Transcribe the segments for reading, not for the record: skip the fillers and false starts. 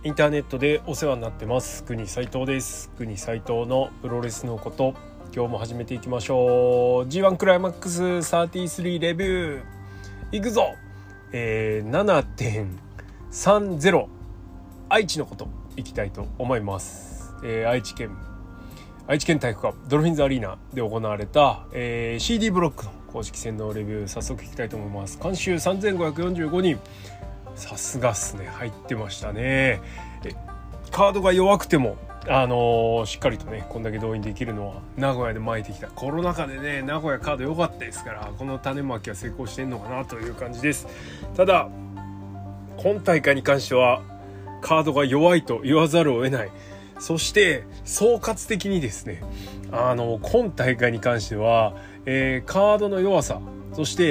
インターネットでお世話になってます国斉藤です。国斉藤のプロレスのこと、今日も始めていきましょう。 G1 クライマックス33レビューいくぞ。7.30 愛知のこといきたいと思います。愛知県体育館ドルフィンズアリーナで行われた、CD ブロックの公式戦のレビュー早速いきたいと思います。監修3545人、さすがっすね、入ってましたね。カードが弱くてもしっかりとねこんだけ動員できるのは名古屋で巻いてきたコロナ禍でね、名古屋カード良かったですから、この種まきは成功してんのかなという感じです。ただ今大会に関してはカードが弱いと言わざるを得ない。そして総括的にですね、今大会に関しては、カードの弱さ、そして、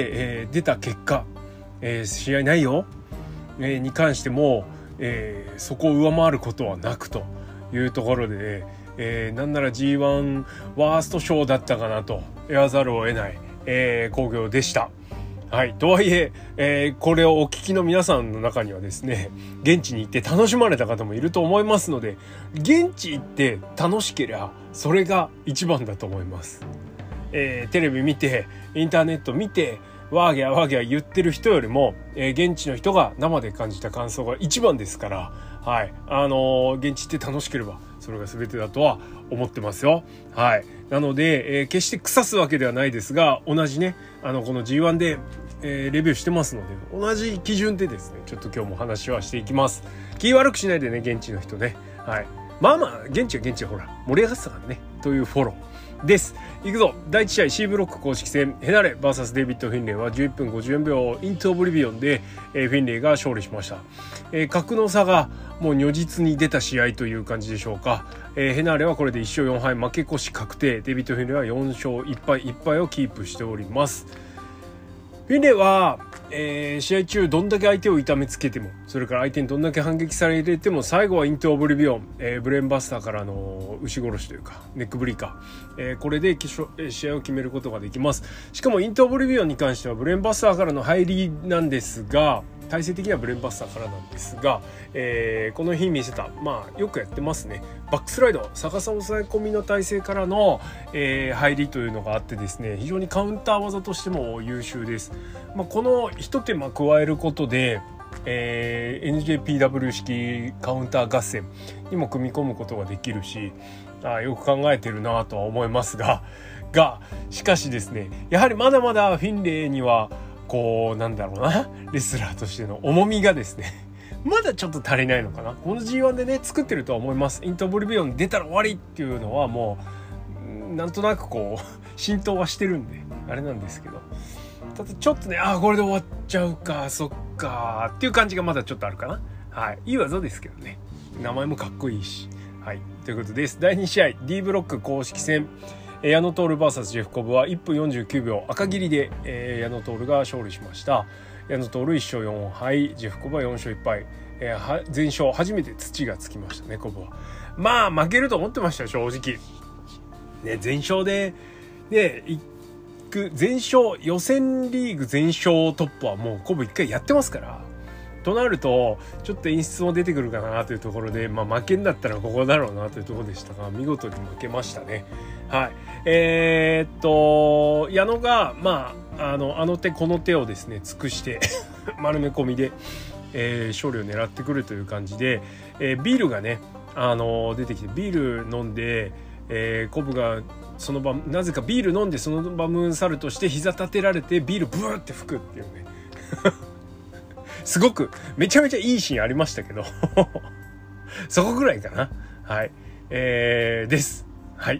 出た結果、試合内容、に関しても、そこを上回ることはなくというところで、なんなら G1 ワーストショーだったかなと言わざるを得ない、興行でした。はい、とはいえこれをお聞きの皆さんの中にはですね、現地に行って楽しまれた方もいると思いますので、現地行って楽しければそれが一番だと思います。テレビ見てインターネット見てワーギャーワーギャー言ってる人よりも、現地の人が生で感じた感想が一番ですから、はい、現地行って楽しければそれが全てだとは思ってますよ。はい、なので、決して腐すわけではないですが、同じねこの G1 で、レビューしてますので、同じ基準でですねちょっと今日も話はしていきます。気悪くしないでね、現地の人ね。はい、まあ現地はほら盛り上がってたからねというフォローです。いくぞ。第1試合 C ブロック公式戦、ヘナレ VS デイビッド・フィンレイは11分54秒イントオブリビオンで、フィンレイが勝利しました。格の差がもう如実に出た試合という感じでしょうか。ヘナレはこれで1勝4敗負け越し確定、デイビッド・フィンレイは4勝1敗をキープしております。フィンレイは、試合中どんだけ相手を痛めつけても、それから相手にどんだけ反撃されても、最後はイントオブリビオン、ブレーンバスターからの牛殺しというかネックブリーカー、これで試合を決めることができます。しかもイントオブリビオンに関してはブレーンバスターからの入りなんですが、体勢的にはブレーンバスターからなんですが、この日見せた、よくやってますね、バックスライド逆さ抑え込みの体勢からの、入りというのがあってですね、非常にカウンター技としても優秀です。この一手間加えることで、NJPW 式カウンター合戦にも組み込むことができるし、よく考えてるなとは思いますがしかしですね、やはりまだまだフィンレイにはレスラーとしての重みがですねまだちょっと足りないのかな。この G1 でね作ってるとは思います。イントオブリビオン出たら終わりっていうのはもうなんとなく浸透はしてるんであれなんですけど、ただちょっとねこれで終わっちゃうか、そっかっていう感じがまだちょっとあるかな。はい、いい技ですけどね、名前もかっこいいし。はい、ということです。第2試合 D ブロック公式戦、矢野徹 VS ジェフコブは1分49秒赤切りで、矢野徹が勝利しました。矢野徹1勝4敗、ジェフコブは4勝1敗、全勝。初めて土がつきましたね、コブは。負けると思ってましたよ、正直ね。全勝でね全勝、予選リーグ全勝トップはもうコブ1回やってますから、となるとちょっと演出も出てくるかなというところで、負けんだったらここだろうなというところでしたが、見事に負けましたね。はい、矢野があの手この手をですね尽くして丸め込みで、勝利を狙ってくるという感じで、ビールがね出てきてビール飲んで、コブがその場なぜかビール飲んでその場ムーンサルトして膝立てられてビールブーって吹くっていうねすごくめちゃめちゃいいシーンありましたけどそこぐらいかな。はい、です。はい、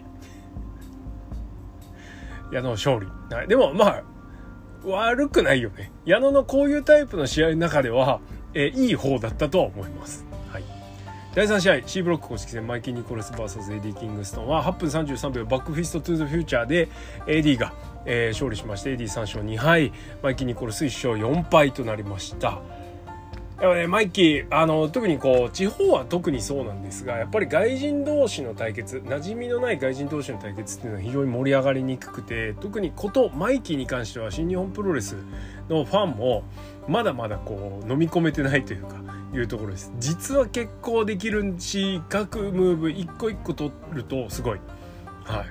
矢野勝利。はい、でも悪くないよね。矢野のこういうタイプの試合の中では、いい方だったとは思います。はい、第3試合 C ブロック公式戦、マイキー・ニコラス VS エディ・キングストンは8分33秒バックフィスト・トゥ・ザ・フューチャーで AD が、勝利しまして、 AD3 勝2敗、マイキー・ニコラス1勝4敗となりました。 やっぱね、マイキー特にこう地方は特にそうなんですが、やっぱり外人同士の対決、馴染みのない外人同士の対決っていうのは非常に盛り上がりにくくて、特にマイキーに関しては新日本プロレスのファンもまだまだこう飲み込めてないというかいうところです。実は結構できるし、各ムーブ一個一個取るとすごい、はい、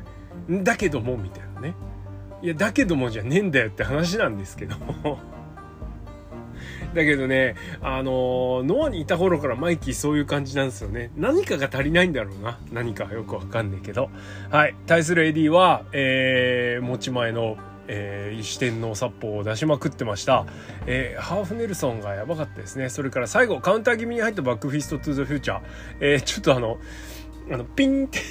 だけどもみたいなね、いやだけどもじゃねえんだよって話なんですけどだけどね、ノアにいた頃からマイキーそういう感じなんですよね。何かが足りないんだろうな。何かよくわかんないけど。はい。対する AD は、持ち前の、四天王殺法を出しまくってました。ハーフネルソンがやばかったですね。それから最後、カウンター気味に入ったバックフィストトゥーザフューチャー。ちょっとピンって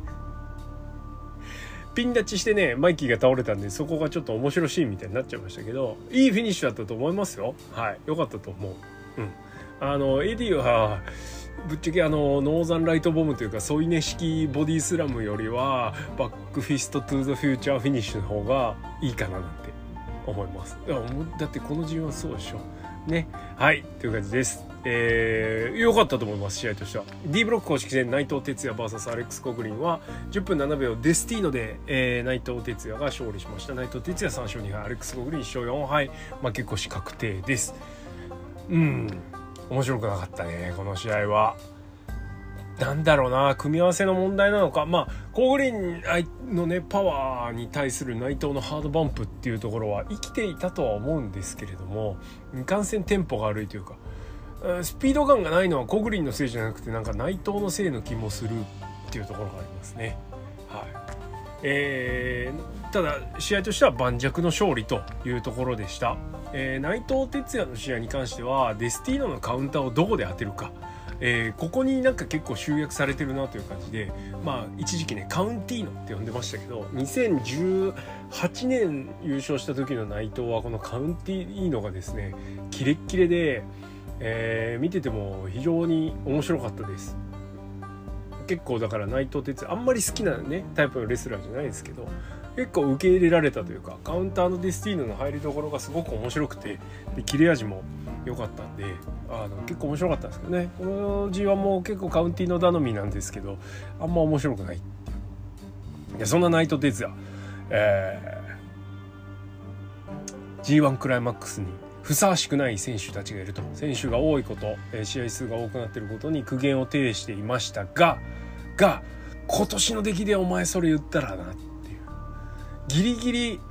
ピン立ちしてね、マイキーが倒れたんで、そこがちょっと面白いシーンみたいになっちゃいましたけど、いいフィニッシュだったと思いますよ。はい、良かったと思う。エディはぶっちゃけノーザンライトボムというか添い寝式ボディスラムよりはバックフィストトゥーザフューチャーフィニッシュの方がいいかななんて思います。だってこのG1はそうでしょね。はい、という感じです。良かったと思います。試合としては D ブロック公式戦内藤哲也 vs アレックス・コグリンは10分7秒デスティーノで、内藤哲也が勝利しました。内藤哲也3勝2敗、アレックス・コグリン1勝4敗、負け越し確定です。面白くなかったね、この試合は。なんだろうな、組み合わせの問題なのか、コグリンのねパワーに対する内藤のハードバンプっていうところは生きていたとは思うんですけれども、いかんせんテンポが悪いというか、スピード感がないのはコグリンのせいじゃなくて、なんか内藤のせいの気もするっていうところがありますね。はい。ただ試合としては盤石の勝利というところでした。内藤哲也の試合に関してはデスティーノのカウンターをどこで当てるか、ここになんか結構集約されてるなという感じで、一時期ねカウンティーノって呼んでましたけど、2018年優勝した時の内藤はこのカウンティーノがですねキレッキレで、見てても非常に面白かったです。結構だから内藤哲也あんまり好きなねタイプのレスラーじゃないですけど、結構受け入れられたというか、カウンターのデスティーノの入りどころがすごく面白くて、で切れ味も良かったんで、結構面白かったんですけどね。この G1 も結構カウンティーノ頼みなんですけど、あんま面白くないっていう。でそんな内藤哲也、G1 クライマックスにふさわしくない選手たちがいると、選手が多いこと、試合数が多くなっていることに苦言を呈していましたが今年の出来でお前それ言ったらなっていう、ギリギリ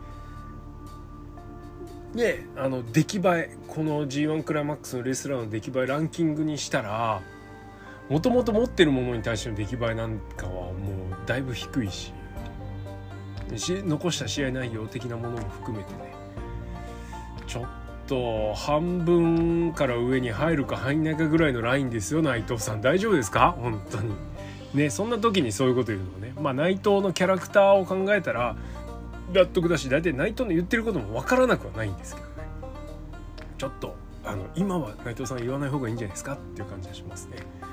ね、出来栄え、この G1 クライマックスのレスラーの出来栄えランキングにしたら、もともと持ってるものに対しての出来栄えなんかはもうだいぶ低いし、残した試合内容的なものも含めてね、ちょっと半分から上に入るか入んないかぐらいのラインですよ。内藤さん大丈夫ですか本当にね。そんな時にそういうこと言うのはね、内藤のキャラクターを考えたら納得だし、大体内藤の言ってることも分からなくはないんですけどね。ちょっと今は内藤さん言わない方がいいんじゃないですかっていう感じがします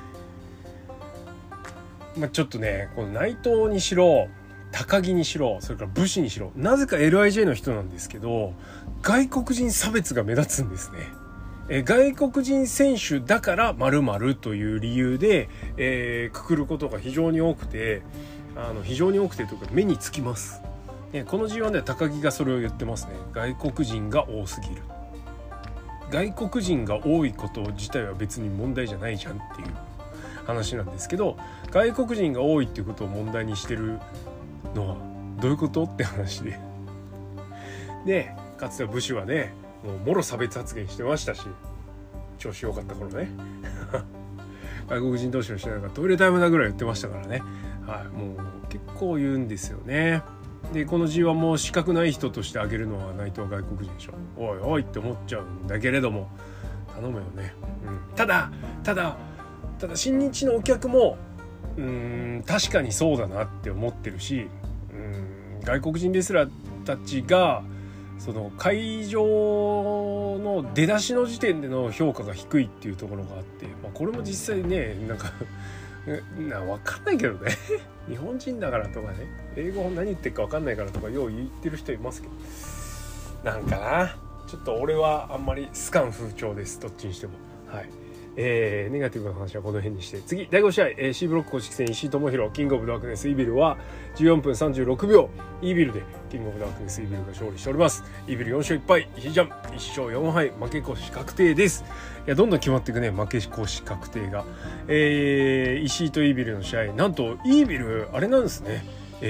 ね。ちょっとね、この内藤にしろ高木にしろ、それから武士にしろ、なぜか LIJ の人なんですけど、外国人差別が目立つんですね。外国人選手だから〇〇という理由で、くくることが非常に多くて、非常に多くてというか目につきます。この G1 では高木がそれを言ってますね。外国人が多すぎる。外国人が多いこと自体は別に問題じゃないじゃんっていう話なんですけど、外国人が多いっていうことを問題にしてるのはどういうことって話で、でかつては武士はね、もろ差別発言してましたし、調子良かった頃ね外国人同士の試合がトイレタイムだぐらい言ってましたからね。はい、もう結構言うんですよね。でこの G1 も資格ない人として挙げるのは内藤外国人でしょ。おいおいって思っちゃうんだけれども、頼むよね。ただ新日のお客も確かにそうだなって思ってるし、外国人レスラーたちがその会場の出だしの時点での評価が低いっていうところがあって、これも実際ね、なんか分かんないけどね日本人だからとかね、英語何言ってるか分かんないからとかよう言ってる人いますけど、なんかな、ちょっと俺はあんまりスカン風潮です、どっちにしても。 はい。ネガティブな話はこの辺にして、次第5試合、C ブロック公式戦石井智弘キングオブダークネスイービルは14分36秒イービルでキングオブダークネスイービルが勝利しております。イービル4勝1敗、石井ちゃん1勝4敗、負け越し確定です。いやどんどん決まっていくね、負け越し確定が。石井とイービルの試合、なんとイービルあれなんですね、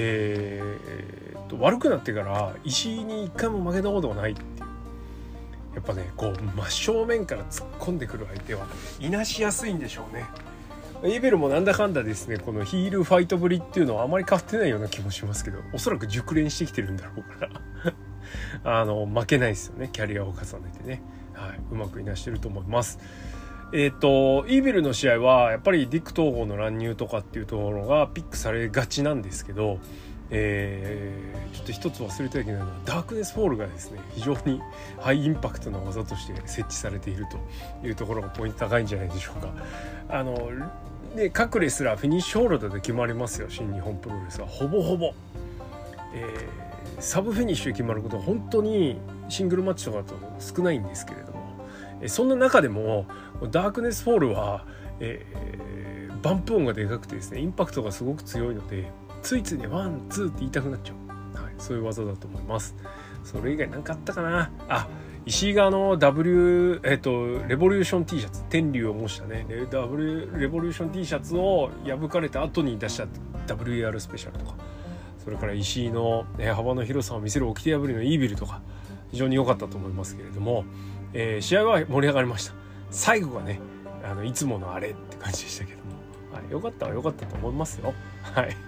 悪くなってから石井に1回も負けたことがないっていう。やっぱねこう真正面から突っ込んでくる相手はいなしやすいんでしょうね。イーベルもなんだかんだですね、このヒールファイトぶりっていうのはあまり変わってないような気もしますけど、おそらく熟練してきてるんだろうから負けないですよね、キャリアを重ねてね、はい、うまくいなしてると思います。イーベルの試合はやっぱりディック統合の乱入とかっていうところがピックされがちなんですけど、ちょっと一つ忘れてはいけないのはダークネスフォールがですね非常にハイインパクトな技として設置されているというところがポイント高いんじゃないでしょうか。で各レスラーフィニッシュホールドで決まりますよ、新日本プロレスはほぼほぼ、サブフィニッシュで決まることは本当にシングルマッチとかだと少ないんですけれども、そんな中でもダークネスフォールは、バンプ音がでかくてですねインパクトがすごく強いのでついついねワンツーって言いたくなっちゃう、はい、そういう技だと思います。それ以外何かあったかな。石井がレボリューション T シャツ天竜を模したねレボリューション T シャツを破かれた後に出した WAR スペシャルとか、それから石井の、幅の広さを見せる掟破りのイービルとか非常に良かったと思いますけれども、試合は盛り上がりました。最後がねいつものあれって感じでしたけども、はい、良かったは良かったと思いますよ。はい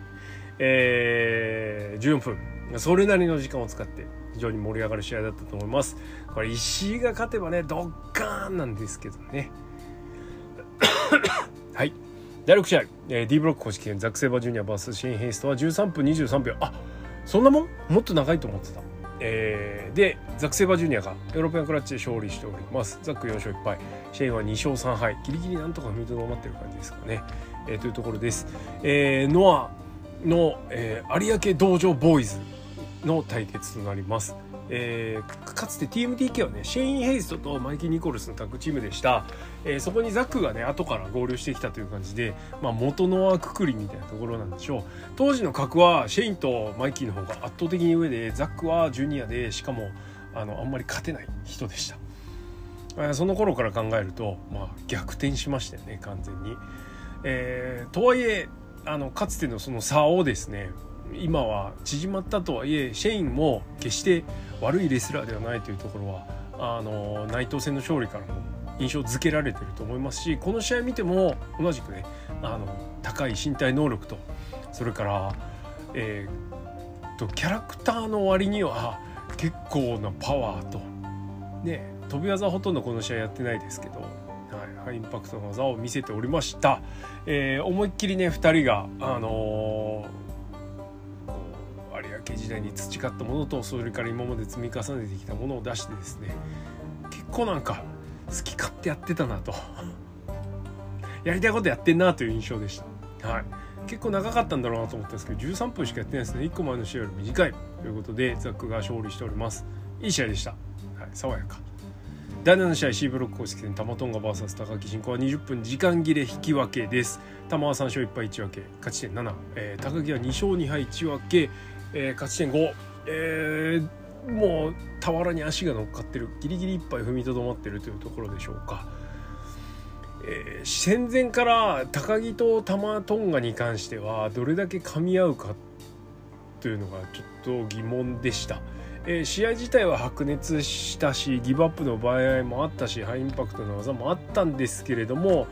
14分それなりの時間を使って非常に盛り上がる試合だったと思います。これ石井が勝てばねドッカーンなんですけどねはい第6試合、D ブロック公式戦ザック・セイバージュニア vs シェイン・ヘイストは13分23秒。そんなもんもっと長いと思ってた。でザック・セイバージュニアがヨーロピアンクラッチで勝利しております。ザック4勝1敗、シェインは2勝3敗、ギリギリなんとか踏みとどまってる感じですかね、というところです。ノアの、有明道場ボーイズの対決となります。かつて TMDK はねシェイン・ヘイストとマイキー・ニコルスのタッグチームでした。そこにザックがね後から合流してきたという感じで、元のくくりみたいなところなんでしょう。当時の格はシェインとマイキーの方が圧倒的に上で、ザックはジュニアでしかもあんまり勝てない人でした。その頃から考えると、逆転しましたよね完全に。とはいえかつてのその差をですね今は縮まったとはいえシェインも決して悪いレスラーではないというところは内藤戦の勝利からも印象づけられていると思いますし、この試合見ても同じくね高い身体能力とそれから、キャラクターの割には結構なパワーとね、飛び技はほとんどこの試合やってないですけど、ハイインパクトの技を見せておりました。思いっきりね2人が有明時代に培ったものとそれから今まで積み重ねてきたものを出してですね、結構なんか好き勝手やってたなとやりたいことやってんなという印象でした。はい、結構長かったんだろうなと思ったんですけど13分しかやってないですね。1個前の試合より短いということでザックが勝利しております。いい試合でした。はい、爽やか。第7試合 C ブロック公式戦タマトンガ VS 高木真子は20分時間切れ引き分けです。タマは3勝1敗1分け、勝ち点7、高木は2勝2敗1分け、勝ち点5、もう俵に足が乗っかってる、ギリギリ1敗踏みとどまってるというところでしょうか。戦前から高木とタマトンガに関してはどれだけ噛み合うかというのがちょっと疑問でした。試合自体は白熱したしギブアップの場合もあったしハイインパクトの技もあったんですけれども、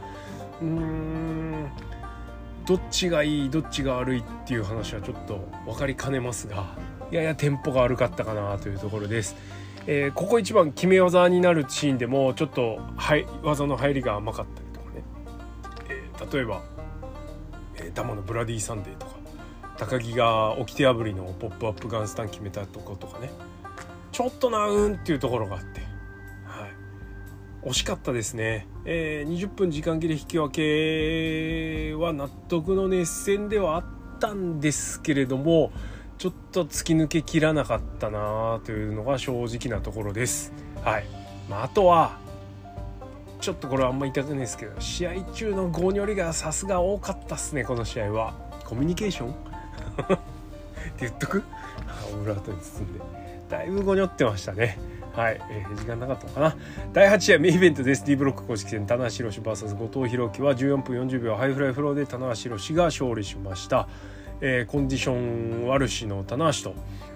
どっちがいいどっちが悪いっていう話はちょっと分かりかねますが、ややテンポが悪かったかなというところです。ここ一番決め技になるシーンでもちょっと、技の入りが甘かったりとかね、例えば、ダマのブラディサンデーとか高木が掟破りのポップアップガンスタン決めたとことかね、ちょっとなっていうところがあって、惜しかったですね。20分時間切れ引き分けは納得の熱戦ではあったんですけれども、ちょっと突き抜けきらなかったなというのが正直なところです。はい。あとはちょっとこれはあんま言いたくないですけど、試合中のゴニョリがさすが多かったっすね。この試合はコミュニケーションって言っとく、オブラートに包んでだいぶゴニョってましたね。はい、時間なかったのかな。第8試合メインイベントです。 D ブロック公式戦、棚橋宏 VS 後藤弘樹は14分40秒ハイフライフローで棚橋宏が勝利しました。コンディション悪しの棚橋と、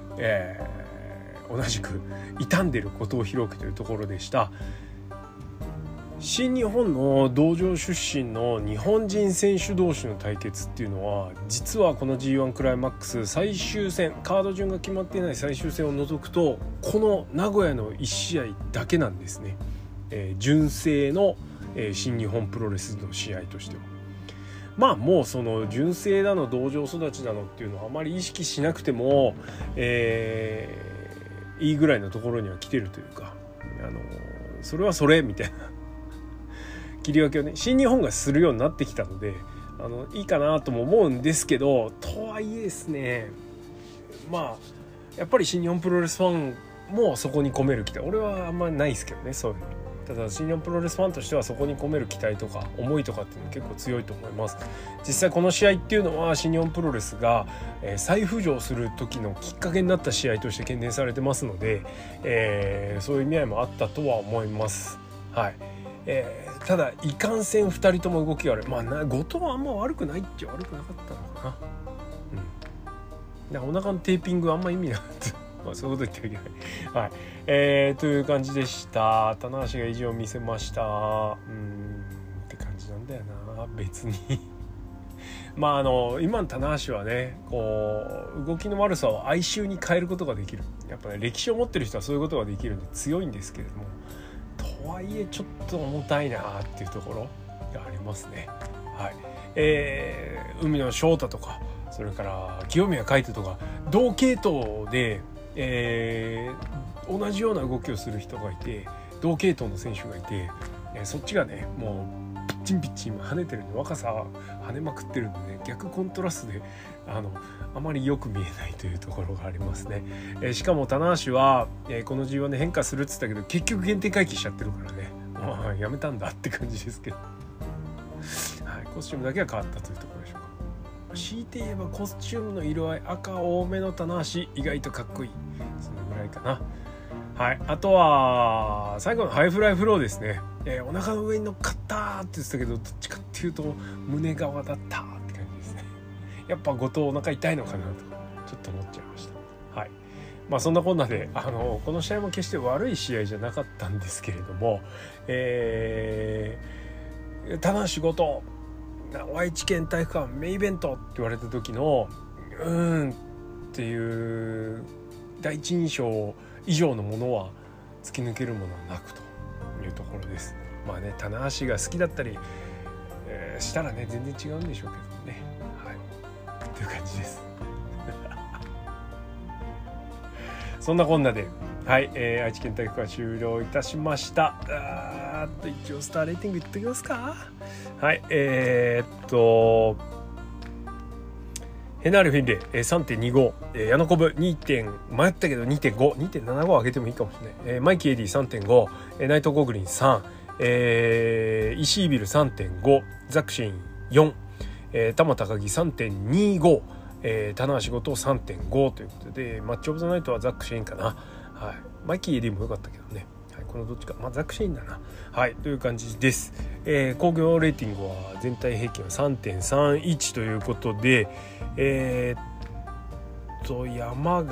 同じく傷んでる後藤弘樹というところでした。新日本の道場出身の日本人選手同士の対決っていうのは、実はこの G1 クライマックス最終戦、カード順が決まっていない最終戦を除くと、この名古屋の1試合だけなんですね。純正の、新日本プロレスの試合としては、まあもうその純正だの道場育ちだのっていうのはあまり意識しなくても、いいぐらいのところには来てるというか、それはそれみたいな切り分けをね、新日本がするようになってきたので、いいかなとも思うんですけど、とはいえですね、まあやっぱり新日本プロレスファンもそこに込める期待、俺はあんまりないですけどね、そういうの。ただ新日本プロレスファンとしてはそこに込める期待とか思いとかっていうのは結構強いと思います。実際この試合っていうのは新日本プロレスが、再浮上する時のきっかけになった試合として懸念されてますので、そういう意味合いもあったとは思います。はい。ただいかんせん2人とも動きが悪い。後藤はあんま悪くないっちゃ悪くなかったのかな。お腹のテーピングあんま意味なかったそういうこと言ってはいけない、はい。という感じでした。棚橋が意地を見せましたって感じなんだよな、別に今の棚橋はね、こう動きの悪さを哀愁に変えることができる。やっぱね、歴史を持ってる人はそういうことができるんで強いんですけれども、とはいえちょっと重たいなっていうところがありますね。はい。海野翔太とか、それから清宮海斗とか同系統で、同じような動きをする人がいて、同系統の選手がいて、そっちがねもうピッチンピッチン跳ねてるんで、若さ跳ねまくってるんでね、逆コントラストであまりよく見えないというところがありますね。しかも棚橋は、この G1 で変化するって言ったけど結局限定回帰しちゃってるからね、やめたんだって感じですけど、はい、コスチュームだけは変わったというところでしょうか。強いて言えばコスチュームの色合い赤多めの棚橋意外とかっこいい、そのぐらいかな。はい、あとは最後のハイフライフローですね。お腹の上に乗っかったって言ってたけど、どっちかっていうと胸側だったって感じですね。やっぱ後藤お腹痛いのかなとちょっと思っちゃいました。はい。そんなこんなでこの試合も決して悪い試合じゃなかったんですけれども、棚橋後藤愛知県体育館メインイベントって言われた時のっていう第一印象以上のものは突き抜けるものはなくというところです。棚橋が好きだったり、したらね全然違うんでしょうけどね。はいという感じですそんなこんなで、はい、愛知県体育館終了いたしました。一応スターレーティング言っておきますか。はい、ヘナーレフィンレイ 3.25、ヤノコブ2. 迷ったけど 2.5、2.75 上げてもいいかもしれない、マイキー AD 3.5、ナイト・ゴグリン3、イシービル 3.5、ザクシン4、タマ高木 3.25、棚橋後藤 3.5 ということで、マッチオブザナイトはザックシェインかな。はい、マイキー AD も良かったけどね、はい、このどっちか、ザックシェインだな。はいという感じです。興行レーティングは全体平均は 3.31 ということで、山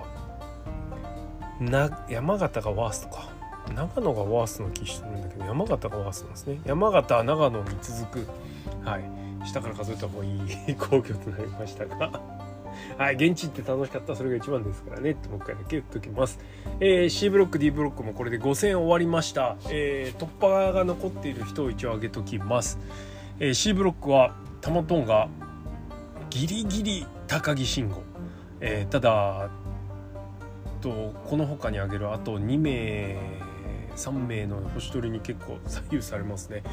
形がワーストか、長野がワーストの気してるんだけど、山形がワーストなんですね。山形長野に続く、はい、下から数えた方がいい興行となりましたがはい、現地って楽しかった、それが一番ですからねってもう一回だけ言っときます。C ブロック D ブロックもこれで5戦終わりました。突破が残っている人を一応挙げときます。C ブロックはタマトンがギリギリ高木慎吾、ただこの他に挙げるあと2名3名の星取りに結構左右されますね。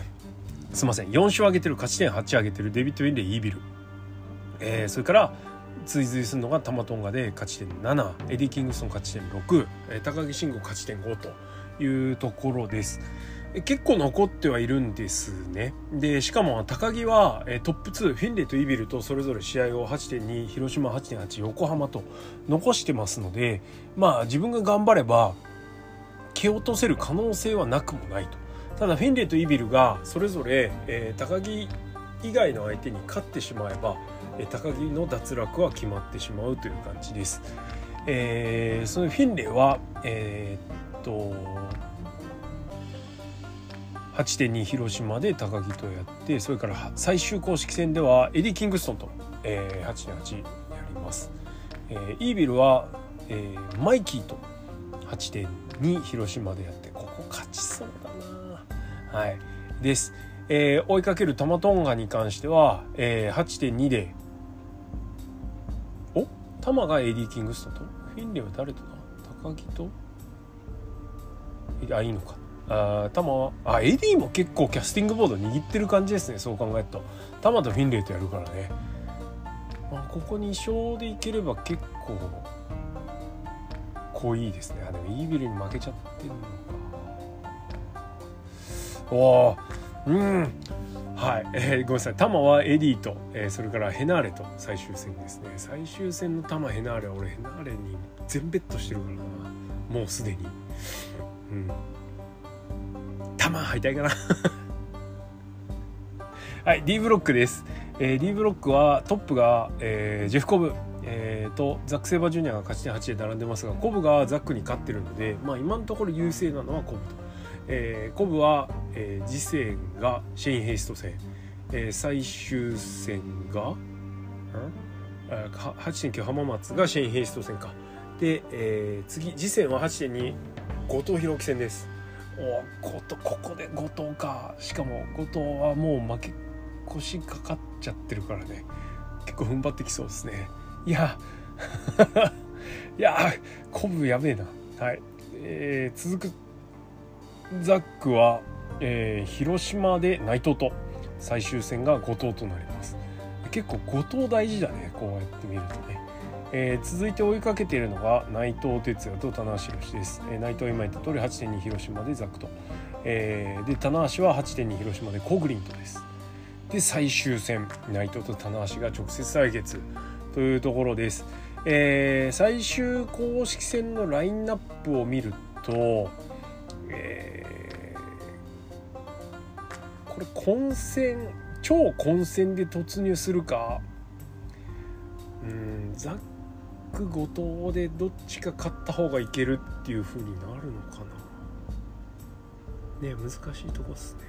すいません、4勝上げてる、勝ち点8上げてるデビッド・ウィンレイ・イービル、それから、 追随するのがタマトンガで勝ち点7、エディ・キングストン勝ち点6、高木慎吾勝ち点5というところです。結構残ってはいるんですね。でしかも高木はトップ2フィンレイとイビルとそれぞれ試合を 8.2 広島 8.8 横浜と残してますので、まあ自分が頑張れば蹴落とせる可能性はなくもないと。ただフィンレイとイビルがそれぞれ高木以外の相手に勝ってしまえば高木の脱落は決まってしまうという感じです。そのフィンレイは8.2 広島で高木とやって、それから最終公式戦ではエディ・キングストンと、8.8 やります。イービルは、マイキーと 8.2 広島でやって、ここ勝ちそうだな。はいです。追いかけるタマトンガに関しては、8.2 でタマがエディ・キングストンと、フィンレイは誰とだ、高木といいのか。タマはエディも結構キャスティングボード握ってる感じですね。そう考えるとタマとフィンレイとやるからね、ここ2勝でいければ結構濃いですね。でもイービルに負けちゃってるのか。はい、ごめんなさい。タマはエディと、それからヘナーレと最終戦ですね。最終戦のタマヘナーレは俺ヘナーレに全ベットしてるからな、もうすでに。タマ敗退かなはい、D ブロックです。D ブロックはトップが、ジェフ・コブ、とザック・セイバージュニアが勝ち点8で並んでますが、コブがザックに勝ってるので、今のところ優勢なのはコブと。コブは、次戦がシェイン・ヘイスト戦、最終戦が8.9 浜松がシェイン・ヘイスト戦かで、次戦は 8.2 後藤弘樹戦です。ここで後藤か。しかも後藤はもう負け腰かかっちゃってるからね、結構踏ん張ってきそうですね。いやコブやべえな。はい、続くザックは、広島で内藤と、最終戦が後藤となります。結構後藤大事だね、こうやって見るとね。続いて追いかけているのが内藤哲也と棚橋宏です。内藤今言った通り 8.2 広島でザクと、で棚橋は 8.2 広島でコグリントです。で最終戦内藤と棚橋が直接対決というところです。最終公式戦のラインナップを見ると、これ超混戦で突入するか、ザック後藤でどっちか勝った方がいけるっていう風になるのかな。難しいとこですね。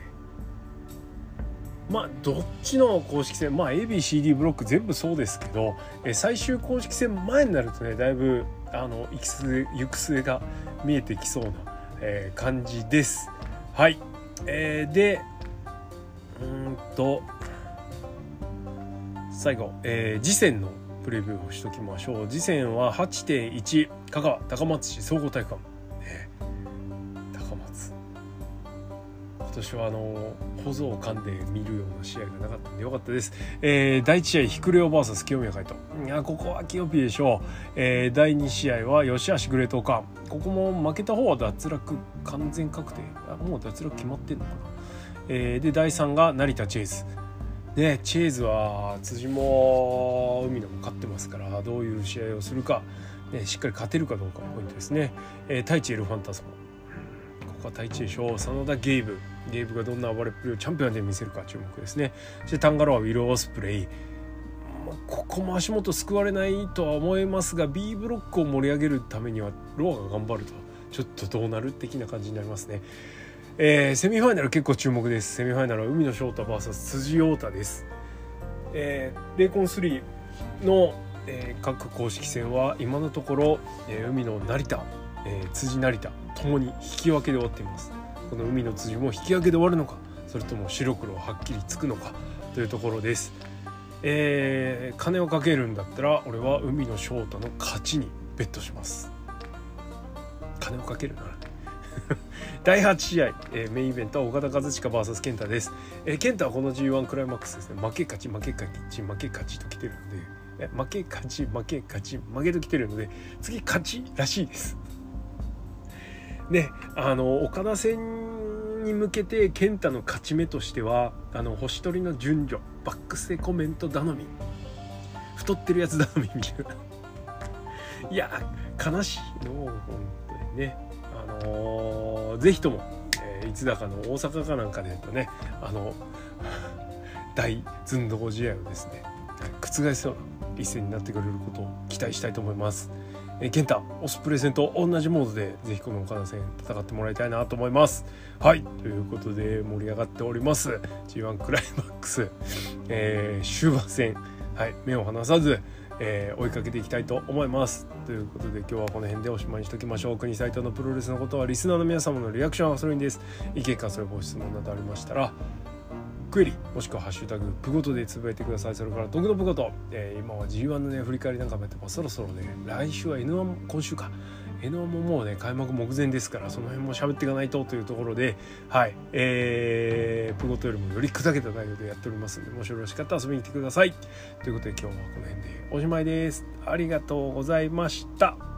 どっちの公式戦、ABCD ブロック全部そうですけど、最終公式戦前になるとね、だいぶ行く末が見えてきそうな、感じです。はい、で最後、次戦のプレビューをしときましょう。次戦は 8.1 香川高松市総合体育館、高松今年は小僧を噛んで見るような試合がなかったんでよかったです。第1試合ヒクレオ VS 清宮海斗、ここは清ピでしょう。第2試合は吉橋グレートオカン、ここも負けた方は脱落完全確定、もう脱落決まってんのかな。で第3が成田チェイズね。チェイズは辻も海野も勝ってますから、どういう試合をするか、しっかり勝てるかどうかがポイントですね。太一エルファンタスモ、ここは太一でしょう。真田ゲイブがどんな暴れっぷりをチャンピオンで見せるか注目ですね。そしてタンガロアウィル・オスプレイ、ここも足元救われないとは思いますが、 B ブロックを盛り上げるためにはロアが頑張るとちょっとどうなる的な感じになりますね。セミファイナル結構注目です。セミファイナルは海野翔太 VS 辻陽太です。レイコン3の、各公式戦は今のところ、海野成田、辻成田ともに引き分けで終わっています。この海野辻も引き分けで終わるのか、それとも白黒はっきりつくのかというところです。金をかけるんだったら俺は海野翔太の勝ちにベットします。金をかけるなら第8試合、メインイベントは岡田和親 VS 健太です。健太はこの G1 クライマックスですね、負け勝ちと来てるので、 負け勝ち負け勝ち負けときてるので次勝ちらしいですで岡田戦に向けて健太の勝ち目としては星取りの順序バックステコメント頼み太ってるやつ頼みみたいないや悲しいの本当にねぜひとも、いつだかの大阪かなんかでやったね大寸胴試合をですね覆そうな一戦になってくれることを期待したいと思います。健太オスプレイ戦と同じモードでぜひこの岡田戦戦ってもらいたいなと思います。はいということで盛り上がっております G1 クライマックス、終盤戦、はい、目を離さず、追いかけていきたいと思いますということで今日はこの辺でおしまいにしときましょう。国斉藤のプロレスのことはリスナーの皆様のリアクションはそれにです。意見感想やご質問などありましたらクエリもしくはハッシュタグプゴトでつぶやいてください。それから毒のプゴト、今は G1 のね振り返りなんかもやってます。そろそろね来週は N1 今週か N1 ももうね開幕目前ですからその辺も喋っていかないとというところではいプゴトよりもより砕けた内容でやっておりますのでもしよろしかったら遊びに来てくださいということで今日はこの辺でおしまいです。ありがとうございました。